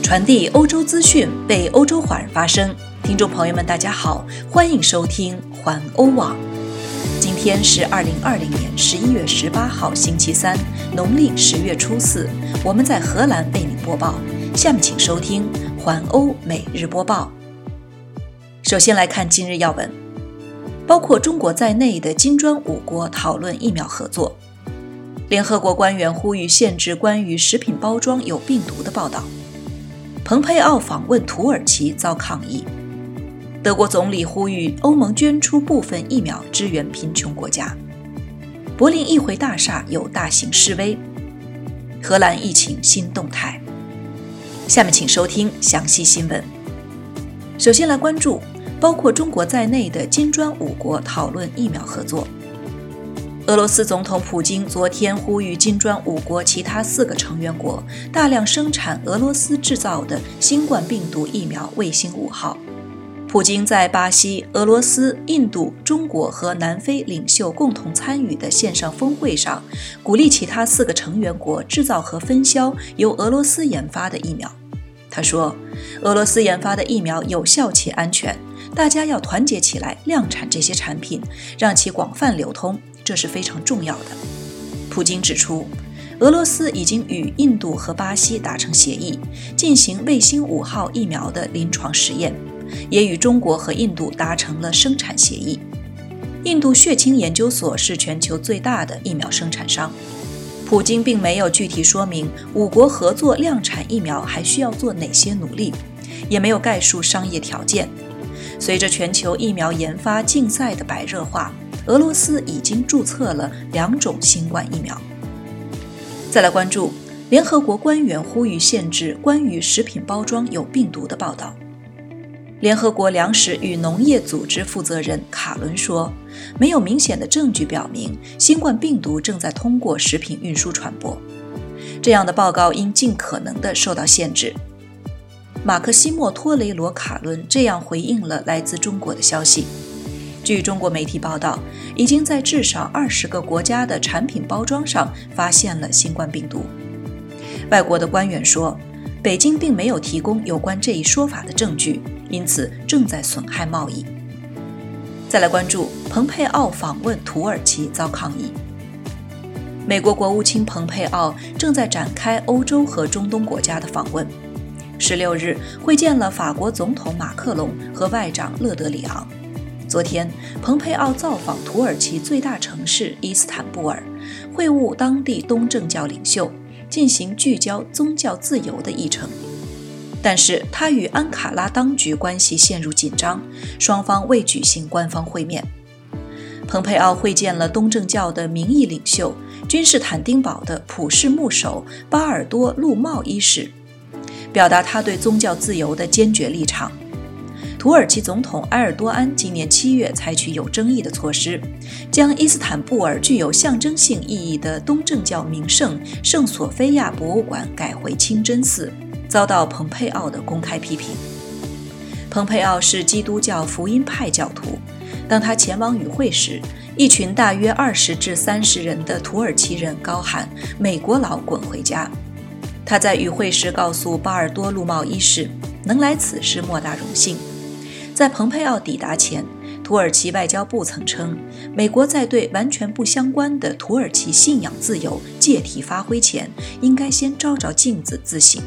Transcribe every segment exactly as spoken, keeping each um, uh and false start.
传递欧洲资讯，为欧洲华人发声。听众朋友们，大家好，欢迎收听环欧网。今天是二零二零年十一月十八号，星期三，农历十月初四。我们在荷兰为您播报。下面请收听环欧每日播报。首先来看今日要闻，包括中国在内的金砖五国讨论疫苗合作。联合国官员呼吁限制关于食品包装有病毒的报道。蓬佩奥访问土耳其遭抗议。德国总理呼吁欧盟捐出部分疫苗支援贫穷国家。柏林议会大厦有大型示威。荷兰疫情新动态。下面请收听详细新闻。首先来关注包括中国在内的金砖五国讨论疫苗合作。俄罗斯总统普京昨天呼吁金砖五国其他四个成员国大量生产俄罗斯制造的新冠病毒疫苗卫星五号。普京在巴西、俄罗斯、印度、中国和南非领袖共同参与的线上峰会上，鼓励其他四个成员国制造和分销由俄罗斯研发的疫苗。他说，俄罗斯研发的疫苗有效且安全，大家要团结起来量产这些产品，让其广泛流通，这是非常重要的。普京指出，俄罗斯已经与印度和巴西达成协议，进行卫星五号疫苗的临床实验，也与中国和印度达成了生产协议。印度血清研究所是全球最大的疫苗生产商。普京并没有具体说明五国合作量产疫苗还需要做哪些努力，也没有概述商业条件。随着全球疫苗研发竞赛的白热化，俄罗斯已经注册了两种新冠疫苗。再来关注联合国官员呼吁限制关于食品包装有病毒的报道。联合国粮食与农业组织负责人卡伦说，没有明显的证据表明新冠病毒正在通过食品运输传播，这样的报告应尽可能地受到限制。马克西莫托雷罗卡伦这样回应了来自中国的消息。据中国媒体报道，已经在至少二十个国家的产品包装上发现了新冠病毒。外国的官员说，北京并没有提供有关这一说法的证据，因此正在损害贸易。再来关注蓬佩奥访问土耳其遭抗议。美国国务卿蓬佩奥正在展开欧洲和中东国家的访问。十六日会见了法国总统马克龙和外长勒德里昂。昨天，蓬佩奥造访土耳其最大城市伊斯坦布尔，会晤当地东正教领袖，进行聚焦宗教自由的议程。但是他与安卡拉当局关系陷入紧张，双方未举行官方会面。蓬佩奥会见了东正教的民意领袖、君士坦丁堡的普世牧首巴尔多禄茂一世，表达他对宗教自由的坚决立场。土耳其总统埃尔多安今年七月采取有争议的措施，将伊斯坦布尔具有象征性意义的东正教名胜圣索菲亚博物馆改回清真寺，遭到蓬佩奥的公开批评。蓬佩奥是基督教福音派教徒，当他前往与会时，一群大约二十至三十人的土耳其人高喊“美国佬滚回家”。他在与会时告诉巴尔多禄茂一世，能来此是莫大荣幸。在蓬佩奥抵达前，土耳其外交部曾称，美国在对完全不相关的土耳其信仰自由借题发挥前，应该先照照镜子自省。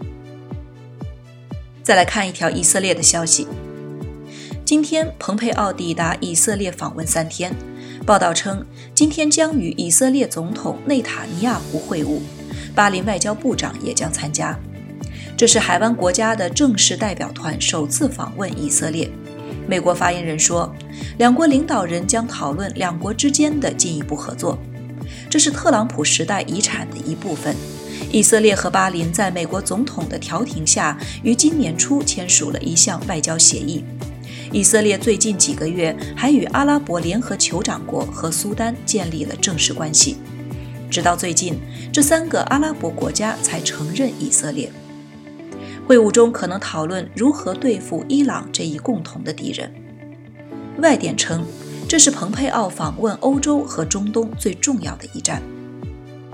再来看一条以色列的消息。今天，蓬佩奥抵达以色列访问三天。报道称，今天将与以色列总统内塔尼亚胡会晤，巴林外交部长也将参加。这是海湾国家的正式代表团首次访问以色列。美国发言人说，两国领导人将讨论两国之间的进一步合作。这是特朗普时代遗产的一部分。以色列和巴林在美国总统的调停下，于今年初签署了一项外交协议。以色列最近几个月还与阿拉伯联合酋长国和苏丹建立了正式关系。直到最近，这三个阿拉伯国家才承认以色列。会晤中可能讨论如何对付伊朗这一共同的敌人。外电称，这是蓬佩奥访问欧洲和中东最重要的一站。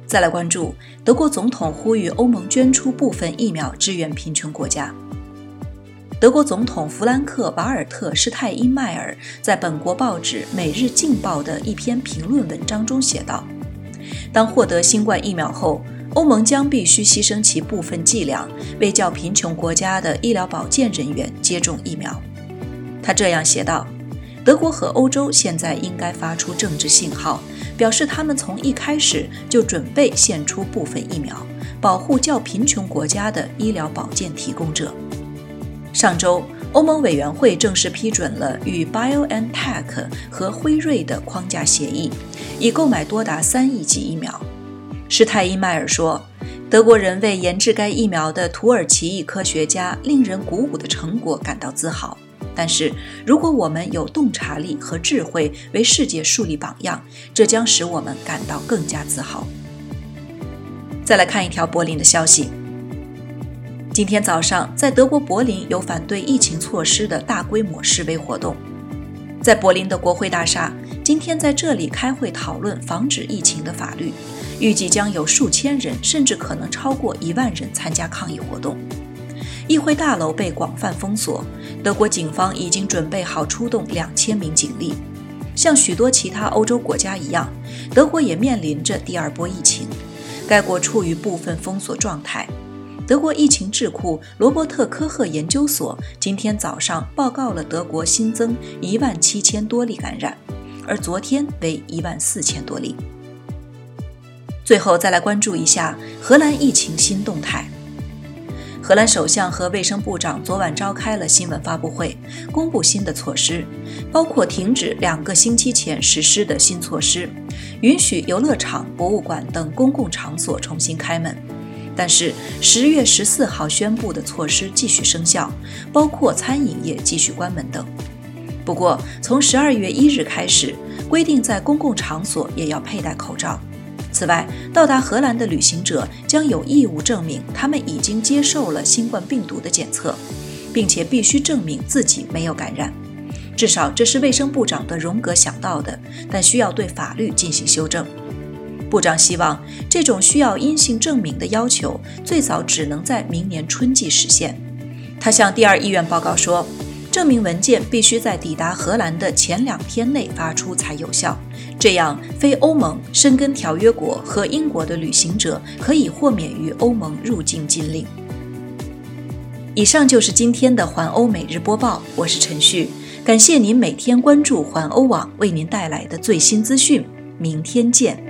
再来关注德国总统呼吁欧盟捐出部分疫苗支援贫穷国家。德国总统弗兰克·瓦尔特·施泰因迈尔在本国报纸《每日镜报》的一篇评论文章中写道，当获得新冠疫苗后，欧盟将必须牺牲其部分剂量，为较贫穷国家的医疗保健人员接种疫苗。他这样写道，德国和欧洲现在应该发出政治信号，表示他们从一开始就准备献出部分疫苗，保护较贫穷国家的医疗保健提供者。上周，欧盟委员会正式批准了与 BioNTech 和辉瑞的框架协议，以购买多达三亿剂疫苗。施泰因迈尔说，德国人为研制该疫苗的土耳其裔科学家令人鼓舞的成果感到自豪，但是如果我们有洞察力和智慧为世界树立榜样，这将使我们感到更加自豪。再来看一条柏林的消息。今天早上，在德国柏林有反对疫情措施的大规模示威活动。在柏林的国会大厦，今天在这里开会讨论防止疫情的法律，预计将有数千人，甚至可能超过一万人参加抗议活动。议会大楼被广泛封锁，德国警方已经准备好出动两千名警力。像许多其他欧洲国家一样，德国也面临着第二波疫情，该国处于部分封锁状态。德国疫情智库罗伯特科赫研究所今天早上报告了德国新增一万七千多例感染，而昨天为一万四千多例。最后再来关注一下荷兰疫情新动态。荷兰首相和卫生部长昨晚召开了新闻发布会，公布新的措施，包括停止两个星期前实施的新措施，允许游乐场、博物馆等公共场所重新开门。但是十月十四号宣布的措施继续生效，包括餐饮业继续关门等。不过从十二月一日开始，规定在公共场所也要佩戴口罩。此外，到达荷兰的旅行者将有义务证明他们已经接受了新冠病毒的检测，并且必须证明自己没有感染。至少这是卫生部长的荣格想到的，但需要对法律进行修正。部长希望这种需要阴性证明的要求最早只能在明年春季实现。他向第二医院报告说，证明文件必须在抵达荷兰的前两天内发出才有效，这样非欧盟、申根条约国和英国的旅行者可以豁免于欧盟入境禁令。以上就是今天的环欧每日播报，我是陈旭，感谢您每天关注环欧网为您带来的最新资讯，明天见。